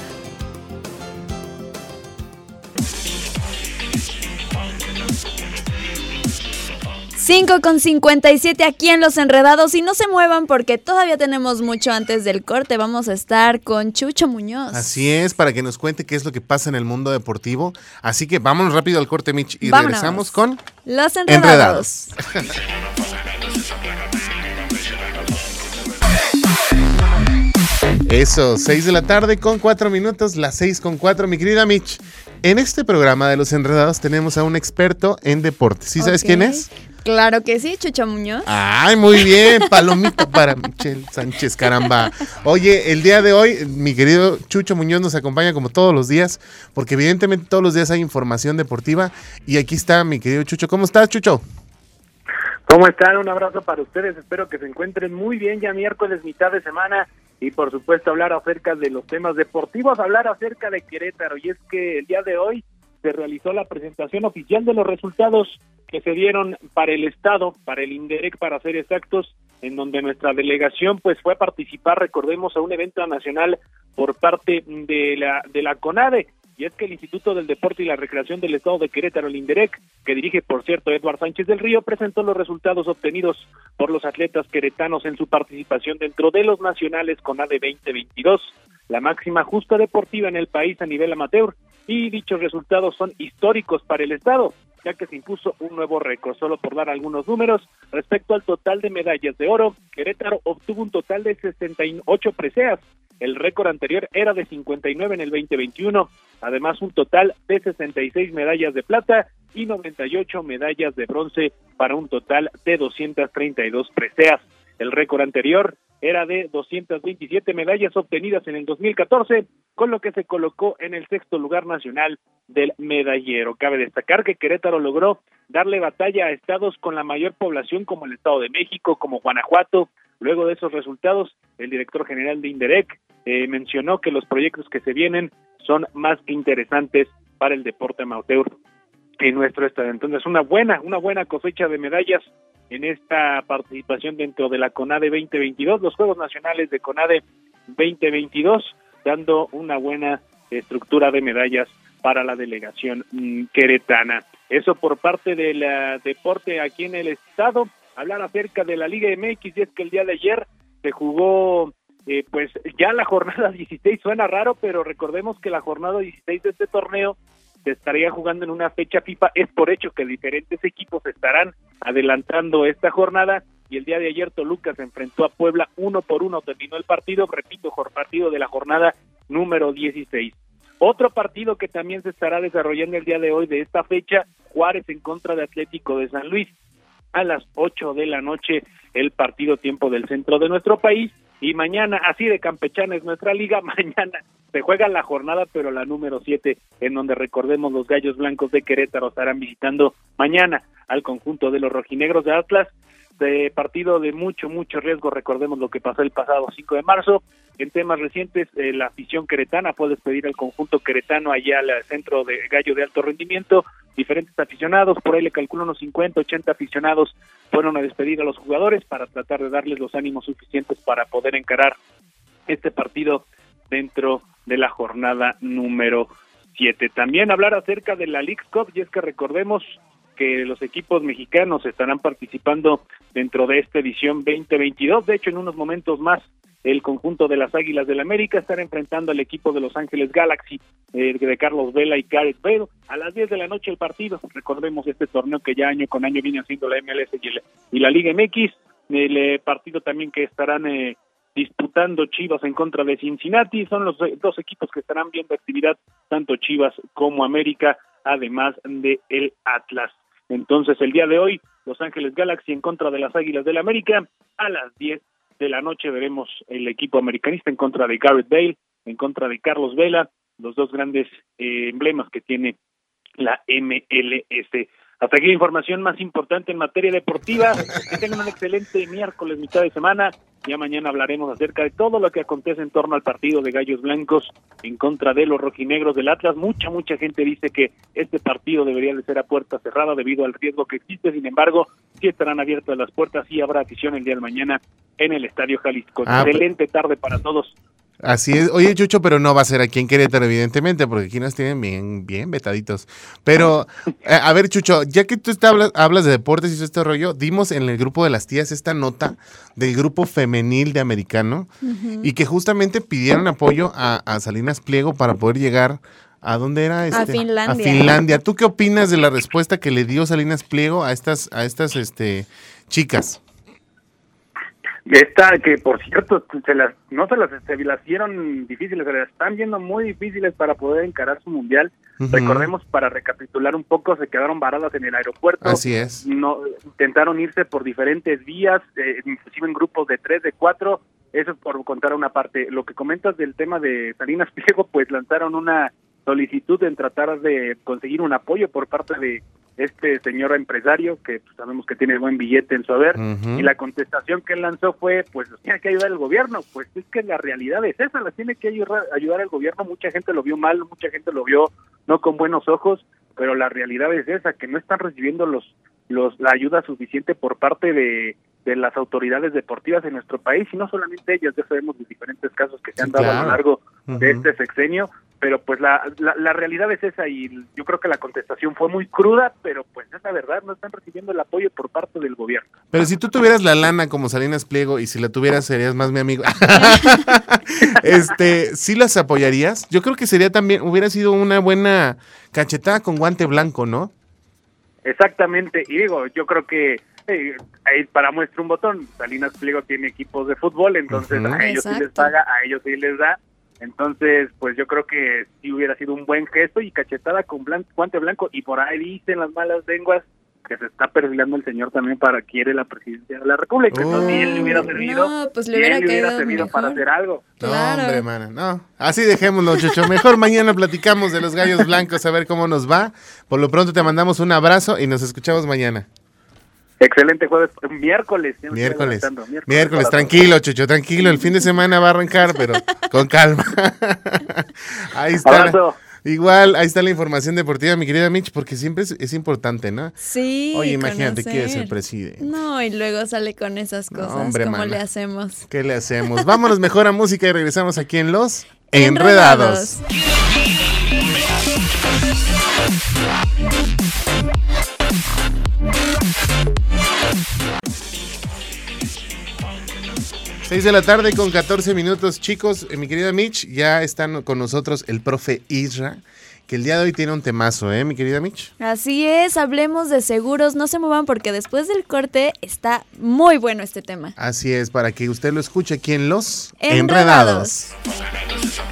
cinco con cincuenta y siete aquí en Los Enredados, y no se muevan porque todavía tenemos mucho antes del corte. Vamos a estar con Chucho Muñoz. Así es, para que nos cuente qué es lo que pasa en el mundo deportivo. Así que vámonos rápido al corte, Mitch, y vámonos. Regresamos con Los Enredados. Enredados. Eso, seis de la tarde con cuatro minutos, las seis con cuatro, mi querida Mitch. En este programa de Los Enredados tenemos a un experto en deportes. ¿Sí sabes okay. quién es? Claro que sí, Chucho Muñoz. Ay, muy bien, palomita para Michelle Sánchez, caramba. Oye, el día de hoy, mi querido Chucho Muñoz nos acompaña como todos los días, porque evidentemente todos los días hay información deportiva, y aquí está mi querido Chucho. ¿Cómo estás, Chucho? ¿Cómo están? Un abrazo para ustedes, espero que se encuentren muy bien, ya miércoles, mitad de semana, y por supuesto hablar acerca de los temas deportivos, hablar acerca de Querétaro, y es que el día de hoy se realizó la presentación oficial de los resultados que se dieron para el Estado, para el INDEREC, para ser exactos, en donde nuestra delegación pues fue a participar, recordemos, a un evento nacional por parte de la de la CONADE, y es que el Instituto del Deporte y la Recreación del Estado de Querétaro, el INDEREC, que dirige, por cierto, Eduardo Sánchez del Río, presentó los resultados obtenidos por los atletas queretanos en su participación dentro de los nacionales CONADE veinte veintidós, la máxima justa deportiva en el país a nivel amateur, y dichos resultados son históricos para el Estado, ya que se impuso un nuevo récord. Solo por dar algunos números, respecto al total de medallas de oro, Querétaro obtuvo un total de sesenta y ocho preseas. El récord anterior era de cincuenta y nueve en el veinte veintiuno, además un total de sesenta y seis medallas de plata y noventa y ocho medallas de bronce, para un total de doscientas treinta y dos preseas. El récord anterior era de doscientas veintisiete medallas obtenidas en el dos mil catorce, con lo que se colocó en el sexto lugar nacional del medallero. Cabe destacar que Querétaro logró darle batalla a estados con la mayor población como el Estado de México, como Guanajuato. Luego de esos resultados, el director general de INDEREC eh, mencionó que los proyectos que se vienen son más que interesantes para el deporte amateur en nuestro estado. Entonces, una buena, una buena cosecha de medallas en esta participación dentro de la CONADE veinte veintidós, los Juegos Nacionales de CONADE veinte veintidós, dando una buena estructura de medallas para la delegación mmm, queretana. Eso por parte del uh, deporte aquí en el estado. Hablar acerca de la Liga M X, y es que el día de ayer se jugó eh, pues ya la jornada dieciséis, suena raro, pero recordemos que la jornada dieciséis de este torneo se estaría jugando en una fecha FIFA. Es por hecho que diferentes equipos estarán adelantando esta jornada, y el día de ayer Toluca se enfrentó a Puebla, uno por uno terminó el partido, repito, partido de la jornada número dieciséis. Otro partido que también se estará desarrollando el día de hoy de esta fecha Juárez en contra de Atlético de San Luis. A las ocho de la noche el partido tiempo del centro de nuestro país. Y mañana, así de campechana es nuestra liga, mañana se juega la jornada, pero la número siete, en donde recordemos los Gallos Blancos de Querétaro estarán visitando mañana al conjunto de los rojinegros de Atlas. De partido de mucho, mucho riesgo, recordemos lo que pasó el pasado cinco de marzo. En temas recientes, eh, la afición queretana fue a despedir al conjunto queretano allá al centro de Gallo de alto rendimiento. Diferentes aficionados, por ahí le calculo unos cincuenta, ochenta aficionados fueron a despedir a los jugadores para tratar de darles los ánimos suficientes para poder encarar este partido dentro de la jornada número siete. También hablar acerca de la Leagues Cup, y es que recordemos que los equipos mexicanos estarán participando dentro de esta edición veinte veintidós. De hecho, en unos momentos más, el conjunto de las Águilas del América estará enfrentando al equipo de Los Ángeles Galaxy eh, de Carlos Vela y Gareth Bale a las diez de la noche el partido. Recordemos este torneo que ya año con año viene haciendo la M L S y, el, y la Liga M X. El eh, partido también que estarán eh, disputando Chivas en contra de Cincinnati. Son los eh, dos equipos que estarán viendo actividad, tanto Chivas como América, además de el Atlas. Entonces, el día de hoy, Los Ángeles Galaxy en contra de las Águilas del América. A las diez de la noche veremos el equipo americanista en contra de Gareth Bale, en contra de Carlos Vela, los dos grandes eh, emblemas que tiene la M L S. Hasta aquí la información más importante en materia deportiva. Que tengan un excelente miércoles, mitad de semana. Ya mañana hablaremos acerca de todo lo que acontece en torno al partido de Gallos Blancos en contra de los rojinegros del Atlas. Mucha, mucha gente dice que este partido debería de ser a puerta cerrada debido al riesgo que existe. Sin embargo, sí estarán abiertas las puertas y habrá afición el día de mañana en el Estadio Jalisco. Ah, excelente tarde para todos. Así es. Oye, Chucho, pero no va a ser aquí en Querétaro, evidentemente, porque aquí nos tienen bien, bien vetaditos. Pero, a ver, Chucho, ya que tú te hablas, hablas de deportes y todo este rollo, dimos en el grupo de las tías esta nota del grupo femenil de americano uh-huh. y que justamente pidieron apoyo a, a Salinas Pliego para poder llegar a dónde era este, a Finlandia. A Finlandia. ¿Tú qué opinas de la respuesta que le dio Salinas Pliego a estas, a estas, este, chicas? Esta, que por cierto, se las, no se las, se las hicieron difíciles, se las están viendo muy difíciles para poder encarar su mundial. Uh-huh. Recordemos, para recapitular un poco, se quedaron varadas en el aeropuerto. Así es. No, intentaron irse por diferentes vías, eh, inclusive en grupos de tres, de cuatro. Eso es por contar una parte. Lo que comentas del tema de Salinas Pliego, pues lanzaron una solicitud en tratar de conseguir un apoyo por parte de este señor empresario que pues, sabemos que tiene buen billete en su haber, uh-huh. y la contestación que él lanzó fue, pues los tiene que ayudar el gobierno. Pues es que la realidad es esa, las tiene que ayudar, ayudar el gobierno. Mucha gente lo vio mal, mucha gente lo vio no con buenos ojos, pero la realidad es esa, que no están recibiendo los los la ayuda suficiente por parte de, de las autoridades deportivas en nuestro país, y no solamente ellas, ya sabemos de diferentes casos que se han sí, dado claro. a lo largo uh-huh. de este sexenio, pero pues la, la la realidad es esa, y yo creo que la contestación fue muy cruda, pero pues es la verdad, no están recibiendo el apoyo por parte del gobierno. Pero si tú tuvieras la lana como Salinas Pliego, y si la tuvieras serías más mi amigo, este, ¿sí las apoyarías? Yo creo que sería también, hubiera sido una buena cachetada con guante blanco, ¿no? Exactamente, y digo, yo creo que eh, ahí para muestra un botón, Salinas Pliego tiene equipos de fútbol, entonces uh-huh. a ellos Exacto. sí les paga, a ellos sí les da. Entonces, pues yo creo que sí hubiera sido un buen gesto, y cachetada con blan- guante blanco, y por ahí dicen las malas lenguas que se está perfilando el señor también para quiere la presidencia de la República. Oh. Entonces, si él le hubiera servido, no, pues le si hubiera, él le hubiera servido mejor. para hacer algo. Claro. No, hombre, mana, no. Así dejémoslo, Chucho. Mejor mañana platicamos de los Gallos Blancos, a ver cómo nos va. Por lo pronto te mandamos un abrazo y nos escuchamos mañana. Excelente jueves, miércoles. Miércoles, miércoles, miércoles tranquilo, Chucho, tranquilo. El fin de semana va a arrancar, pero con calma. Ahí está. Abrazo. Igual, ahí está la información deportiva, mi querida Mitch, porque siempre es, es importante, ¿no? Sí. Oye, imagínate, conocer. quiere ser presidente. No, y luego sale con esas cosas. No, hombre, ¿cómo mana. le hacemos? ¿Qué le hacemos? Vámonos mejor a música y regresamos aquí en Los Enredados. Enredados. seis de la tarde con catorce minutos, chicos. Eh, mi querida Mitch, ya están con nosotros el profe Isra, que el día de hoy tiene un temazo, ¿eh, mi querida Mitch? Así es, hablemos de seguros, no se muevan porque después del corte está muy bueno este tema. Así es, para que usted lo escuche aquí en Los Enredados. Enredados.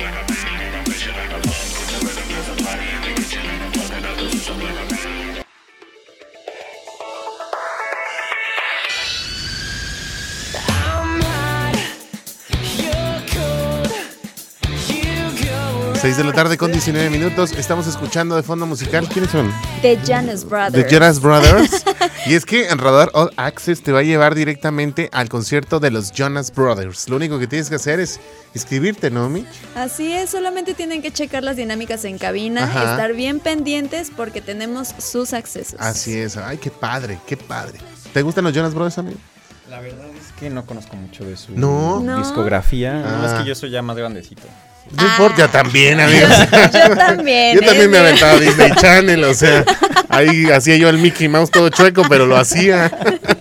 seis de la tarde con diecinueve minutos. Estamos escuchando de fondo musical. ¿Quiénes son? The Jonas Brothers. The Jonas Brothers. Y es que en Radar All Access te va a llevar directamente al concierto de los Jonas Brothers. Lo único que tienes que hacer es inscribirte, ¿no, Mi? Así es, solamente tienen que checar las dinámicas en cabina, Ajá. estar bien pendientes porque tenemos sus accesos. Así es. Ay, qué padre, qué padre. ¿Te gustan los Jonas Brothers, amigo? La verdad es que no conozco mucho de su ¿No? discografía. Ah. No, es que yo soy ya más grandecito. No importa, yo también, amigos. Yo también. Yo también ¿eh? me aventaba Disney Channel, o sea, ahí hacía yo el Mickey Mouse todo chueco, pero lo hacía.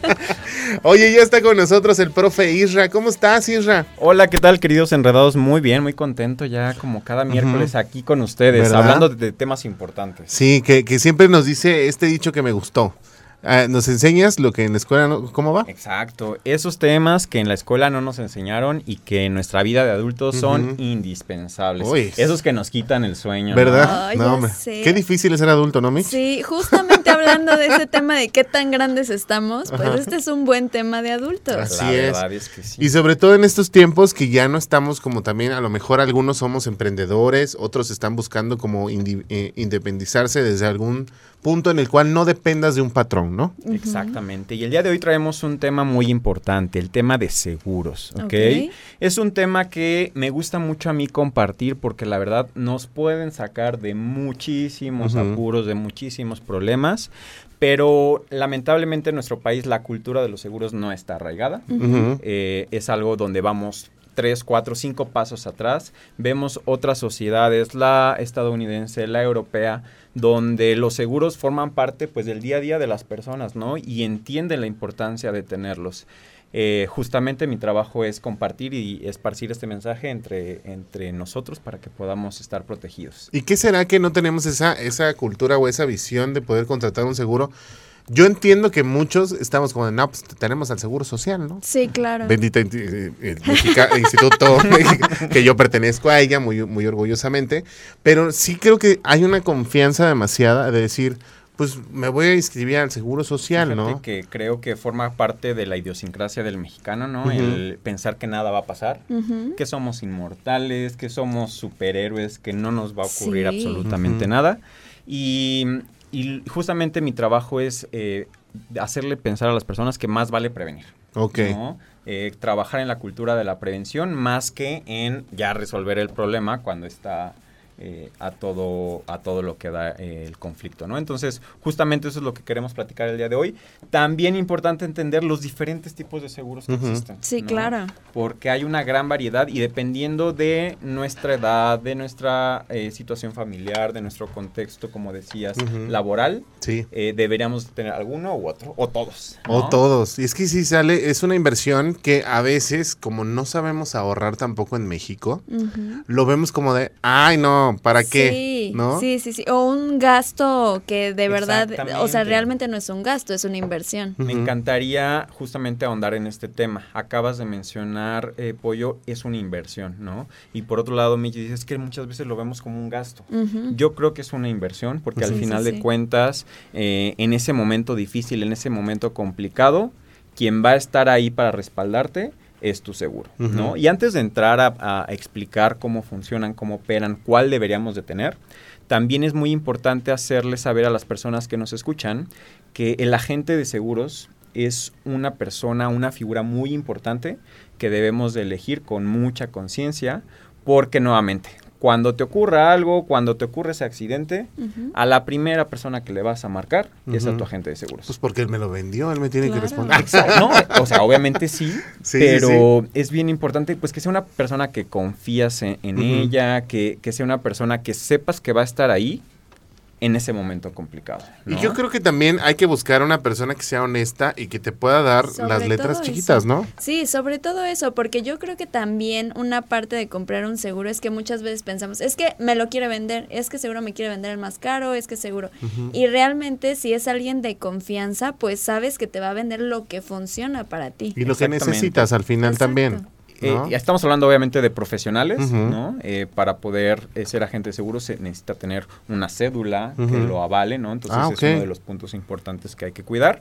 Oye, ya está con nosotros el profe Isra. ¿Cómo estás, Isra? Hola, ¿qué tal, queridos enredados? Muy bien, muy contento ya como cada miércoles uh-huh. aquí con ustedes, ¿verdad? Hablando de, de temas importantes. Sí, que, que siempre nos dice este dicho que me gustó. Uh, ¿Nos enseñas lo que en la escuela no, cómo va? Exacto, esos temas que en la escuela no nos enseñaron y que en nuestra vida de adultos uh-huh. son indispensables. Uy. Esos que nos quitan el sueño. ¿Verdad? Oh, no, hombre. Qué difícil es ser adulto, ¿no, Mitch? Sí, justamente hablando de ese tema de qué tan grandes estamos, pues Ajá. este es un buen tema de adultos. Así la es. verdad es que sí. Y sobre todo en estos tiempos que ya no estamos como también, a lo mejor algunos somos emprendedores, otros están buscando como indi- eh, independizarse desde algún punto en el cual no dependas de un patrón, ¿no? Uh-huh. Exactamente. Y el día de hoy traemos un tema muy importante, el tema de seguros, ¿ok? okay. Es un tema que me gusta mucho a mí compartir porque la verdad nos pueden sacar de muchísimos uh-huh. apuros, de muchísimos problemas, pero lamentablemente en nuestro país la cultura de los seguros no está arraigada. Uh-huh. Eh, es algo donde vamos tres, cuatro, cinco pasos atrás. Vemos otras sociedades, la estadounidense, la europea, donde los seguros forman parte pues del día a día de las personas, ¿no? Y entienden la importancia de tenerlos. Eh, justamente mi trabajo es compartir y esparcir este mensaje entre, entre nosotros para que podamos estar protegidos. ¿Y qué será que no tenemos esa, esa cultura o esa visión de poder contratar un seguro? Yo entiendo que muchos estamos como, no, pues tenemos al Seguro Social, ¿no? Sí, claro. Bendita eh, el Mexica, instituto que yo pertenezco a ella muy, muy orgullosamente, pero sí creo que hay una confianza demasiada de decir, pues me voy a inscribir al Seguro Social, Fíjate ¿no? que creo que forma parte de la idiosincrasia del mexicano, ¿no? Uh-huh. El pensar que nada va a pasar, uh-huh. que somos inmortales, que somos superhéroes, que no nos va a ocurrir sí. absolutamente uh-huh. nada. Y... Y justamente mi trabajo es eh, hacerle pensar a las personas que más vale prevenir. Ok. ¿no? Eh, trabajar en la cultura de la prevención más que en ya resolver el problema cuando está eh, a todo a todo lo que da eh, el conflicto, ¿no? Entonces, justamente eso es lo que queremos platicar el día de hoy. También importante entender los diferentes tipos de seguros que uh-huh. existen. Sí, ¿no? claro. Porque hay una gran variedad y dependiendo de nuestra edad, de nuestra eh, situación familiar, de nuestro contexto, como decías, uh-huh. laboral, sí. eh, deberíamos tener alguno u otro, o todos, ¿no? O todos. Y es que sí sale, es una inversión que a veces, como no sabemos ahorrar tampoco en México, uh-huh. lo vemos como de, ay, no, ¿para qué? Sí, ¿no? sí, sí, sí. O un gasto que de verdad, o sea, realmente no es un gasto, es una inversión. Me uh-huh. encantaría justamente ahondar en este tema. Acabas de mencionar, eh, Pollo, es una inversión, ¿no? Y por otro lado, Michi, dices que muchas veces lo vemos como un gasto. Uh-huh. Yo creo que es una inversión porque sí, al final sí, de sí. cuentas, eh, en ese momento difícil, en ese momento complicado, quien va a estar ahí para respaldarte es tu seguro, uh-huh. ¿no? Y antes de entrar a, a explicar cómo funcionan, cómo operan, cuál deberíamos de tener, también es muy importante hacerle saber a las personas que nos escuchan que el agente de seguros es una persona, una figura muy importante que debemos de elegir con mucha conciencia porque nuevamente, cuando te ocurra algo, cuando te ocurre ese accidente, uh-huh. a la primera persona que le vas a marcar uh-huh. es a tu agente de seguros. Pues porque él me lo vendió, él me tiene claro. que responder. No, o sea, obviamente sí, sí pero sí, sí. es bien importante pues que sea una persona que confías en, en uh-huh. ella, que, que sea una persona que sepas que va a estar ahí en ese momento complicado, ¿no? Y yo creo que también hay que buscar una persona que sea honesta y que te pueda dar sobre las letras chiquitas, eso. ¿no? Sí, sobre todo eso, porque yo creo que también una parte de comprar un seguro es que muchas veces pensamos, es que me lo quiere vender, es que seguro me quiere vender el más caro, es que seguro. Uh-huh. Y realmente si es alguien de confianza, pues sabes que te va a vender lo que funciona para ti. Y lo que necesitas al final Exacto. también. ¿No? Eh, estamos hablando obviamente de profesionales, uh-huh. ¿no? Eh, para poder eh, ser agente de seguro se necesita tener una cédula uh-huh. que lo avale, ¿no? Entonces ah, okay. es uno de los puntos importantes que hay que cuidar.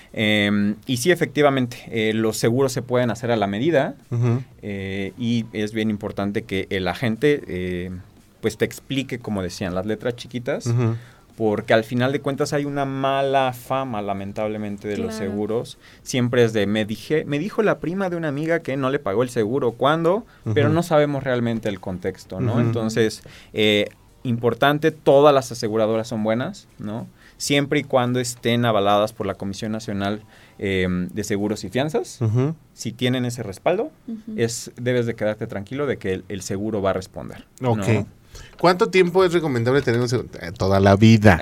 Eh, y sí, efectivamente, eh, los seguros se pueden hacer a la medida uh-huh. eh, y es bien importante que el agente... Eh, pues te explique, como decían, las letras chiquitas, Ujú. porque al final de cuentas hay una mala fama, lamentablemente, de Claro. los seguros. Siempre es de, me dije, me dijo la prima de una amiga que no le pagó el seguro, ¿cuándo? Ujú. Pero no sabemos realmente el contexto, ¿no? Ujú. Entonces, eh, importante, todas las aseguradoras son buenas, ¿no? Siempre y cuando estén avaladas por la Comisión Nacional eh, de Seguros y Fianzas. Ujú. Si tienen ese respaldo, Ujú. es debes de quedarte tranquilo de que el, el seguro va a responder. Ok. ¿no? ¿Cuánto tiempo es recomendable tener un seguro? Eh, Toda la vida.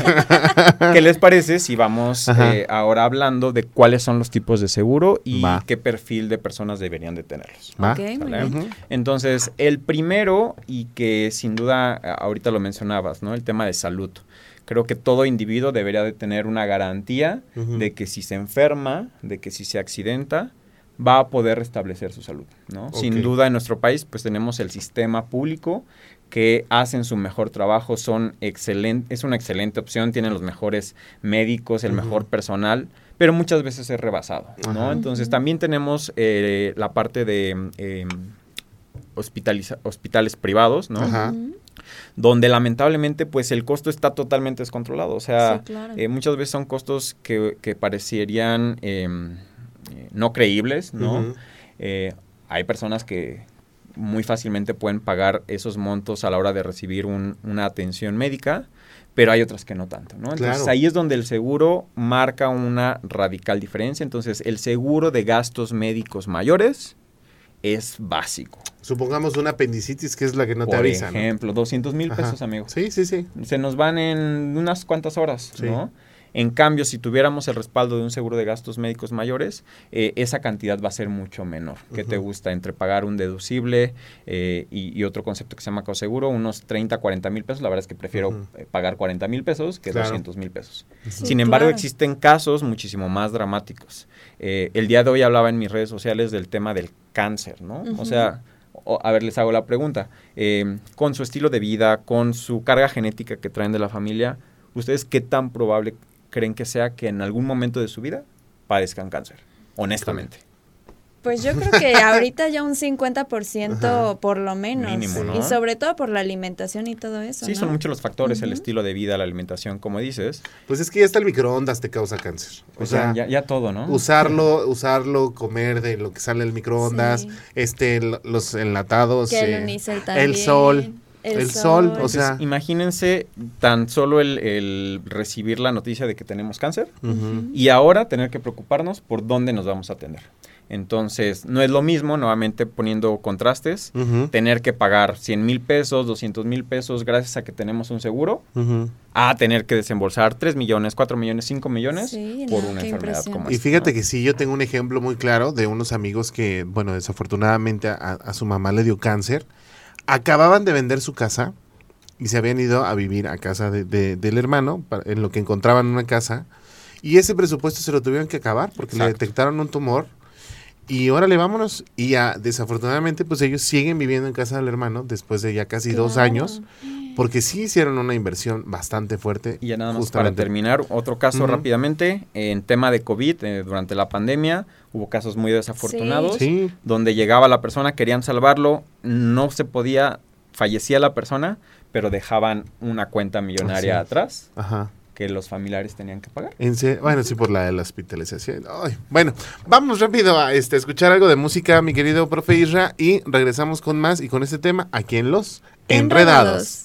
¿Qué les parece si vamos Ajá. eh, ahora hablando de cuáles son los tipos de seguro y Va. qué perfil de personas deberían de tenerlos? ¿Va? Ok, muy ¿Sale? bien. Ujú. Entonces, el primero, y que sin duda a- ahorita lo mencionabas, ¿no? El tema de salud. Creo que todo individuo debería de tener una garantía Ujú. de que si se enferma, de que si se accidenta, va a poder restablecer su salud, ¿no? Ok. Sin duda en nuestro país pues tenemos el sistema público que hacen su mejor trabajo, son excelente, es una excelente opción, tienen los mejores médicos, el Ujú. mejor personal, pero muchas veces es rebasado, ¿no? Ajá. Entonces también tenemos eh, la parte de eh, hospitaliza- hospitales privados, ¿no? Ajá. Ujú. Donde lamentablemente pues el costo está totalmente descontrolado, o sea, Sí, claro. eh, muchas veces son costos que, que parecerían eh, eh, no creíbles, ¿no? Ujú. Eh, hay personas que muy fácilmente pueden pagar esos montos a la hora de recibir un- una atención médica, pero hay otras que no tanto, ¿no? Entonces Claro. ahí es donde el seguro marca una radical diferencia. Entonces el seguro de gastos médicos mayores es básico. Supongamos una apendicitis que es la que no te Por avisa, ¿no? ejemplo, doscientos mil Ajá. pesos, amigo. Sí, sí, sí. Se nos van en unas cuantas horas, Sí. ¿no? En cambio, si tuviéramos el respaldo de un seguro de gastos médicos mayores, eh, esa cantidad va a ser mucho menor. ¿Qué te Ujú. gusta? Entre pagar un deducible eh, y, y otro concepto que se llama coseguro, unos treinta, cuarenta mil pesos. La verdad es que prefiero Ujú. eh, pagar cuarenta mil pesos que Claro. doscientos mil pesos. Sí, Sin embargo, claro. existen casos muchísimo más dramáticos. Eh, el día de hoy hablaba en mis redes sociales del tema del cáncer, ¿no? Ujú. O sea, o- a ver, les hago la pregunta. Eh, con su estilo de vida, con su carga genética que traen de la familia, ¿ustedes qué tan probable creen que sea que en algún momento de su vida padezcan cáncer? Honestamente. Pues yo creo que ahorita ya un cincuenta por ciento Ajá. por lo menos. Mínimo, ¿no? Y sobre todo por la alimentación y todo eso, Sí, ¿no? son muchos los factores, el Ujú. estilo de vida, la alimentación, como dices. Pues es que ya hasta el microondas te causa cáncer. O Pues sea, ya, ya, ya todo, ¿no? usarlo, usarlo, comer de lo que sale del microondas, Sí. este, l- los enlatados, Que eh, el unicel también. el sol, el sol, o sea, Entonces, imagínense tan solo el, el recibir la noticia de que tenemos cáncer ujú. y ahora tener que preocuparnos por dónde nos vamos a atender. Entonces, no es lo mismo, nuevamente poniendo contrastes, Ujú, tener que pagar cien mil pesos, doscientos mil pesos gracias a que tenemos un seguro, ujú. a tener que desembolsar tres millones, cuatro millones, cinco millones Sí, por no, una qué enfermedad impresión. como Y esta, fíjate ¿no? que sí, yo tengo un ejemplo muy claro de unos amigos que, bueno, desafortunadamente a, a su mamá le dio cáncer. Acababan de vender su casa y se habían ido a vivir a casa de- de- del hermano, pa- en lo que encontraban una casa. Y ese presupuesto se lo tuvieron que acabar porque le Exacto. detectaron un tumor. Y órale, vámonos. Y ya, desafortunadamente, pues ellos siguen viviendo en casa del hermano después de ya casi dos Claro. años. Porque sí hicieron una inversión bastante fuerte. Y ya nada más justamente. para terminar, otro caso Ujú. rápidamente, en tema de COVID, eh, durante la pandemia, hubo casos muy desafortunados, Sí. donde llegaba la persona, querían salvarlo, no se podía, fallecía la persona, pero dejaban una cuenta millonaria Así es. atrás Ajá. que los familiares tenían que pagar. En se- bueno, sí, por la de la hospitalización. Ay, bueno, vamos rápido a este, escuchar algo de música, mi querido profe Isra, y regresamos con más y con este tema aquí en Los Enredados.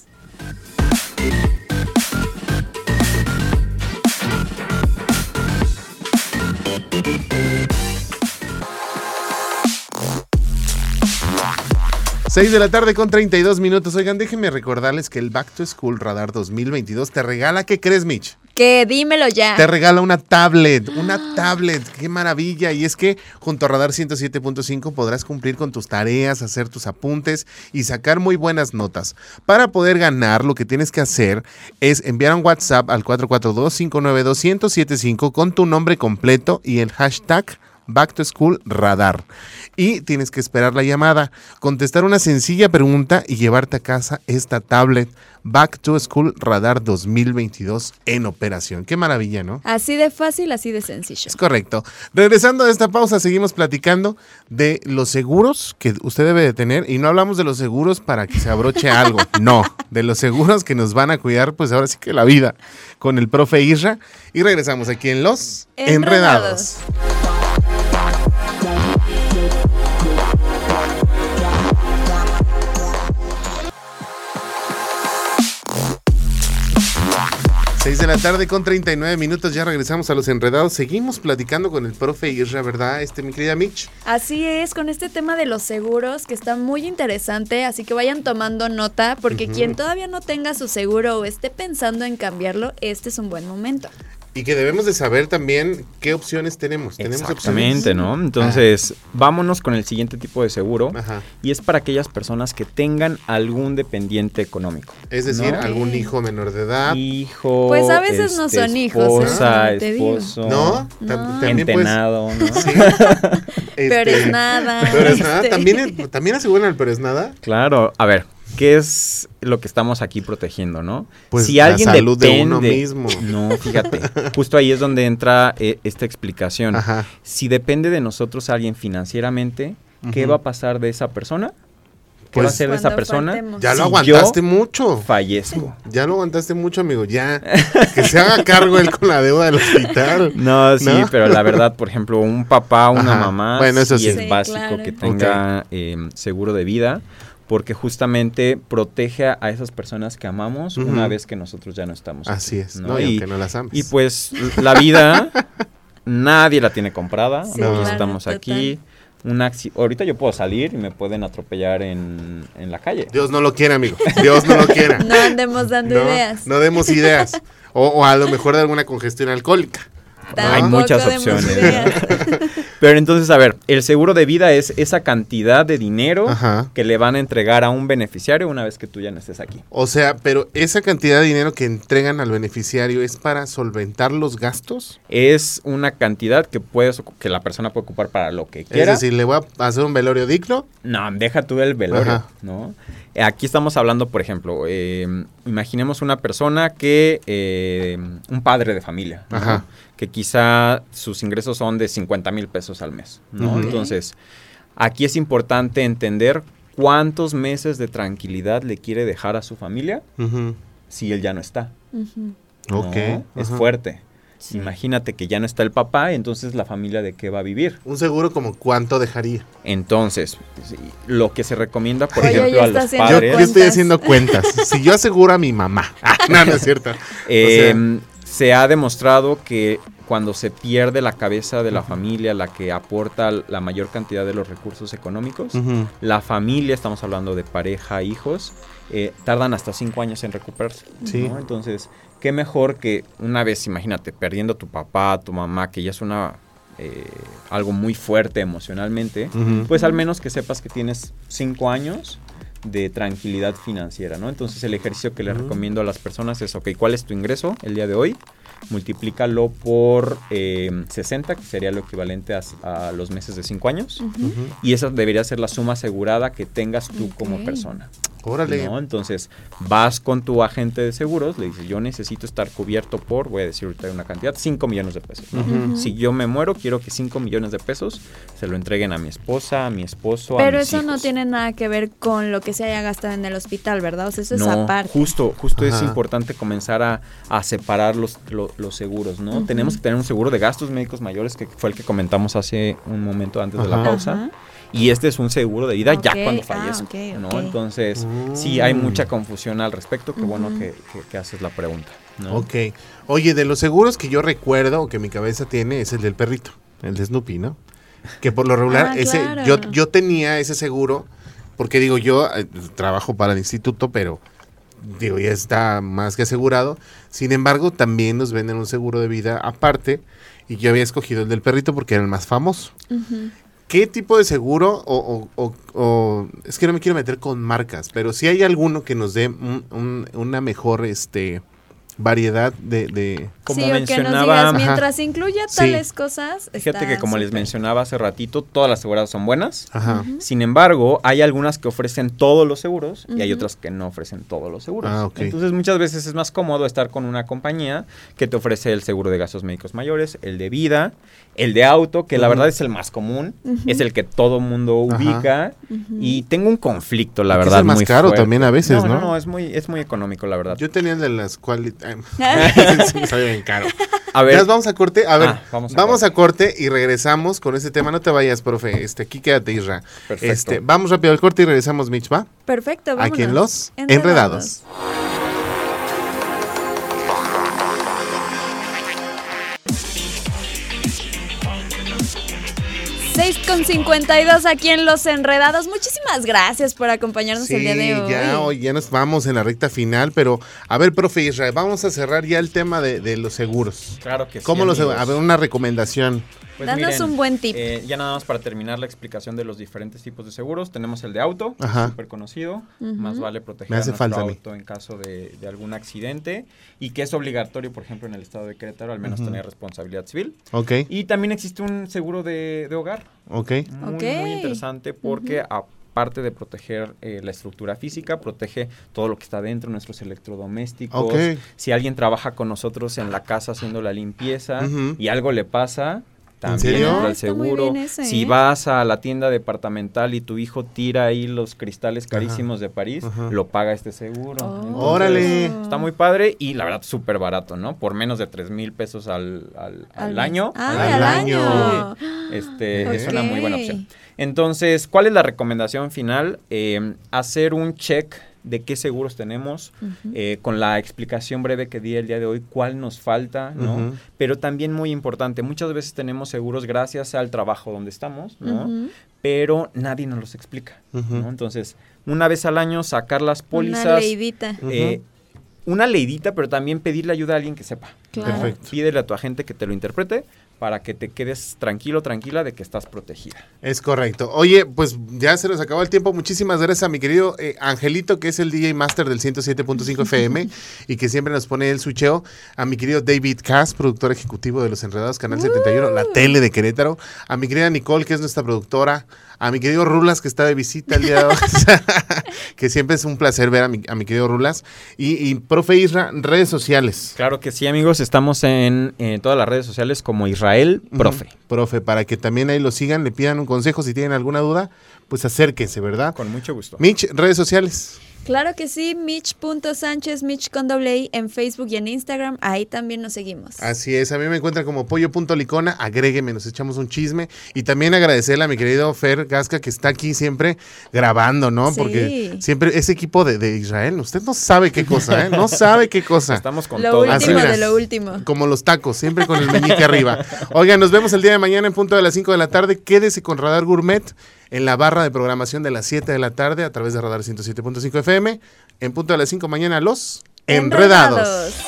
seis de la tarde con treinta y dos minutos. Oigan, déjenme recordarles que el Back to School Radar dos mil veintidós te regala, ¿qué crees, Mitch? Que dímelo ya. Te regala una tablet, una tablet, qué maravilla. Y es que junto a Radar ciento siete punto cinco podrás cumplir con tus tareas, hacer tus apuntes y sacar muy buenas notas. Para poder ganar, lo que tienes que hacer es enviar un WhatsApp al cuatro cuatro dos, cinco nueve dos, uno cero siete cinco con tu nombre completo y el hashtag Back to School Radar. Y tienes que esperar la llamada, contestar una sencilla pregunta y llevarte a casa esta tablet Back to School Radar dos mil veintidós en operación. Qué maravilla, ¿no? Así de fácil, así de sencillo. Es correcto. Regresando a esta pausa, seguimos platicando de los seguros que usted debe de tener. Y no hablamos de los seguros para que se abroche algo. No, de los seguros que nos van a cuidar, pues ahora sí que la vida, con el profe Isra. Y regresamos aquí en Los Enredados. Enredados. seis de la tarde con treinta y nueve minutos, ya regresamos a Los Enredados. Seguimos platicando con el profe Isra, ¿verdad, este, mi querida Mitch? Así es, con este tema de los seguros, que está muy interesante, así que vayan tomando nota, porque uh-huh. quien todavía no tenga su seguro o esté pensando en cambiarlo, este es un buen momento. Y que debemos de saber también qué opciones tenemos. ¿Tenemos Exactamente, opciones? ¿no? Entonces, ah. vámonos con el siguiente tipo de seguro. Ajá. Y es para aquellas personas que tengan algún dependiente económico. Es decir, ¿no? algún hijo menor de edad. Hijo, pues a veces este, no son hijos, esposa, ¿eh? esposo. ¿No? no. Entenado, pues, ¿no? Sí. este, Pero es nada. Pero es nada. ¿También, ¿También aseguran el pero es nada? Claro. A ver, ¿qué es lo que estamos aquí protegiendo, no? Pues si la alguien salud depende, de uno mismo. No, fíjate, justo ahí es donde entra eh, esta explicación. Ajá. Si depende de nosotros alguien financieramente, ¿qué uh-huh. va a pasar de esa persona? ¿Qué pues, va a hacer de esa persona? Faltemos. Ya lo si aguantaste mucho. Fallezco. Ya lo aguantaste mucho, amigo. Ya. Que se haga cargo él con la deuda del hospital. No, sí, ¿no? Pero la verdad, por ejemplo, un papá, una Ajá. mamá, bueno, eso sí, sí es sí, básico claro. que tenga okay. eh, seguro de vida, porque justamente protege a esas personas que amamos uh-huh. una vez que nosotros ya no estamos. Así aquí, es, ¿no? ¿no? Y, y aunque no las ames. Y pues la vida nadie la tiene comprada, sí, no. claro, estamos total. aquí. Un acci- ahorita yo puedo salir y me pueden atropellar en, en la calle. Dios no lo quiera, amigo. Dios no lo quiera. No andemos dando no, ideas. No demos ideas. O, o a lo mejor de alguna congestión alcohólica. Tampoco Hay muchas opciones. Pero entonces, a ver, el seguro de vida es esa cantidad de dinero Ajá. que le van a entregar a un beneficiario una vez que tú ya no estés aquí. O sea, pero esa cantidad de dinero que entregan al beneficiario es para solventar los gastos. Es una cantidad que puedes que la persona puede ocupar para lo que quiera. Es decir, ¿le voy a hacer un velorio digno? No, deja tú el velorio, Ajá. ¿no? Aquí estamos hablando, por ejemplo, eh, imaginemos una persona que, eh, un padre de familia, ¿no? Ajá. Que quizá sus ingresos son de cincuenta mil pesos al mes, ¿no? Uh-huh. Entonces, aquí es importante entender cuántos meses de tranquilidad le quiere dejar a su familia Uh-huh. si él ya no está. Uh-huh. ¿no? Ok. Es Ajá. fuerte. Sí. Imagínate que ya no está el papá, entonces la familia de qué va a vivir. Un seguro como cuánto dejaría. Entonces, sí, lo que se recomienda, por Oye, ejemplo, ya a está los haciendo Yo, padres... yo estoy haciendo cuentas. Si yo aseguro a mi mamá. Ah, no, no es cierto. Eh, O sea, se ha demostrado que cuando se pierde la cabeza de la familia, la que aporta la mayor cantidad de los recursos económicos, uh-huh. la familia, estamos hablando de pareja, hijos, eh, tardan hasta cinco años en recuperarse. Sí. ¿no? Entonces, qué mejor que una vez, imagínate, perdiendo a tu papá, a tu mamá, que ya es una eh, algo muy fuerte emocionalmente, uh-huh. pues al menos que sepas que tienes cinco años de tranquilidad financiera, ¿no? Entonces el ejercicio que les uh-huh. recomiendo a las personas es, ok, ¿cuál es tu ingreso el día de hoy? Multiplícalo por eh, sesenta, que sería lo equivalente a, a los meses de cinco años, Uh-huh. Uh-huh. y esa debería ser la suma asegurada que tengas tú Ok. como persona. Órale. ¿no? Entonces, vas con tu agente de seguros, le dices, yo necesito estar cubierto por, voy a decir ahorita una cantidad, cinco millones de pesos. ¿no? Uh-huh. Si yo me muero, quiero que cinco millones de pesos se lo entreguen a mi esposa, a mi esposo, Pero a mis eso hijos. no tiene nada que ver con lo que se haya gastado en el hospital, ¿verdad? O sea, eso es No, aparte. justo, justo es Ajá. importante comenzar a, a separar los, lo- los seguros, ¿no? Ujú. Tenemos que tener un seguro de gastos médicos mayores, que fue el que comentamos hace un momento antes de la Ajá. pausa. Ajá. Y este es un seguro de vida ya Ok, cuando ah, fallezco, ok, ¿no? ok. Entonces, Mm. sí hay mucha confusión al respecto. Qué bueno Ujú. que, que- que haces la pregunta, ¿no? Ok. Oye, de los seguros que yo recuerdo o que mi cabeza tiene es el del perrito, el de Snoopy, ¿no? Que por lo regular, Ah, ese, claro. yo, yo tenía ese seguro, porque digo, yo eh, trabajo para el instituto, pero digo, ya está más que asegurado. Sin embargo, también nos venden un seguro de vida aparte, y yo había escogido el del perrito porque era el más famoso. Ujú. ¿Qué tipo de seguro o, o- o- o- es que no me quiero meter con marcas, pero si hay alguno que nos dé un- un- una mejor este variedad de... de... Como sí, o que nos mencionaba, digas, mientras incluya tales sí. cosas, Fíjate está que como les súper. mencionaba hace ratito, todas las aseguradoras son buenas. Ajá. Ujú. Sin embargo, hay algunas que ofrecen todos los seguros y hay Ujú. otras que no ofrecen todos los seguros. Ah, ok. Entonces, muchas veces es más cómodo estar con una compañía que te ofrece el seguro de gastos médicos mayores, el de vida, el de auto, que la Ujú. verdad es el más común, Ujú. es el que todo mundo Ajá. ubica. Ujú. Y tengo un conflicto, la Que es verdad, el más muy caro fuerte. también a veces, no, ¿no? No, no, es muy, es muy económico, la verdad. Yo tenía el de las cuales... sí, me sale bien caro. A ver, Ya nos vamos a corte. A ver, Ah, vamos vamos, a a, corte y regresamos con este tema. No te vayas, profe. Este, aquí quédate, Isra. Perfecto. Este, vamos rápido al corte y regresamos, Mitch, ¿va? Perfecto, vámonos. Aquí en Los Enredados. seis con cincuenta y dos aquí en Los Enredados. Muchísimas gracias por acompañarnos el día de hoy. ya hoy ya nos vamos en la recta final, pero a ver, profe Israel, vamos a cerrar ya el tema de, de los seguros. Claro que sí, ¿Cómo los amigos. A ver, una recomendación. Pues Danos miren, un buen tip. eh, ya nada más para terminar la explicación de los diferentes tipos de seguros. Tenemos el de auto, Ajá. súper conocido. Ujú. Más vale proteger Me hace a nuestro falta a mí. auto en caso de, de algún accidente. Y que es obligatorio, por ejemplo, en el estado de Querétaro, al menos Ujú. tener responsabilidad civil. Ok, Y también existe un seguro de, de hogar. ok. Muy, Ok. muy interesante porque aparte de proteger eh, la estructura física, protege todo lo que está dentro, nuestros electrodomésticos. Ok. Si alguien trabaja con nosotros en la casa haciendo la limpieza Ujú. y algo le pasa, también serio? entra Ah, el está muy seguro. bien ese, Si ¿eh? vas a la tienda departamental y tu hijo tira ahí los cristales carísimos de París, Ajá. lo paga este seguro. Oh. Entonces, Órale. Está muy padre y la verdad súper barato, ¿no? Por menos de tres mil pesos al, al, al Al- año. Ah, Al al año. año. Este, Ok. es una muy buena opción. Entonces, ¿cuál es la recomendación final? Eh, hacer un check de qué seguros tenemos, Ujú. eh, con la explicación breve que di el día de hoy, cuál nos falta, ¿no? Ujú. Pero también muy importante, muchas veces tenemos seguros gracias al trabajo donde estamos, ¿no? Ujú. Pero nadie nos los explica, Ujú. ¿no? Entonces, una vez al año sacar las pólizas. Una leidita. eh, una leidita, pero también pedirle ayuda a alguien que sepa. Claro. Perfecto. Pídele a tu agente que te lo interprete para que te quedes tranquilo, tranquila de que estás protegida. Es correcto. Oye, pues ya se nos acabó el tiempo. Muchísimas gracias a mi querido eh, Angelito, que es el D J Master del ciento siete punto cinco F M y que siempre nos pone el switcheo. A mi querido David Cass, productor ejecutivo de Los Enredados, Canal setenta y uno, la tele de Querétaro. A mi querida Nicole, que es nuestra productora. A mi querido Rulas, que está de visita el día de hoy. Que siempre es un placer ver a mi, a mi querido Rulas. Y, y profe Isra, redes sociales. Claro que sí, amigos. Estamos en, en todas las redes sociales como Israel Profe. Ujú. Profe, para que también ahí lo sigan, le pidan un consejo. Si tienen alguna duda, pues acérquense, ¿verdad? Con mucho gusto. Mitch, redes sociales. Claro que sí, Mitch punto Sánchez, Mitch con doble I en Facebook y en Instagram, ahí también nos seguimos. Así es, a mí me encuentran como pollo.licona, agrégueme, nos echamos un chisme. Y también agradecerle a mi querido Fer Gasca, que está aquí siempre grabando, ¿no? Sí. Porque siempre ese equipo de, de Israel, usted no sabe qué cosa, ¿eh? No sabe qué cosa. Estamos con Lo todo. Así, último mira. de lo último. Como los tacos, siempre con el meñique arriba. Oigan, nos vemos el día de mañana en punto de las cinco de la tarde. Quédese con Radar Gourmet en la barra de programación de las siete de la tarde a través de Radar ciento siete punto cinco F M. En punto de las cinco mañana, Los Enredados. Enredados.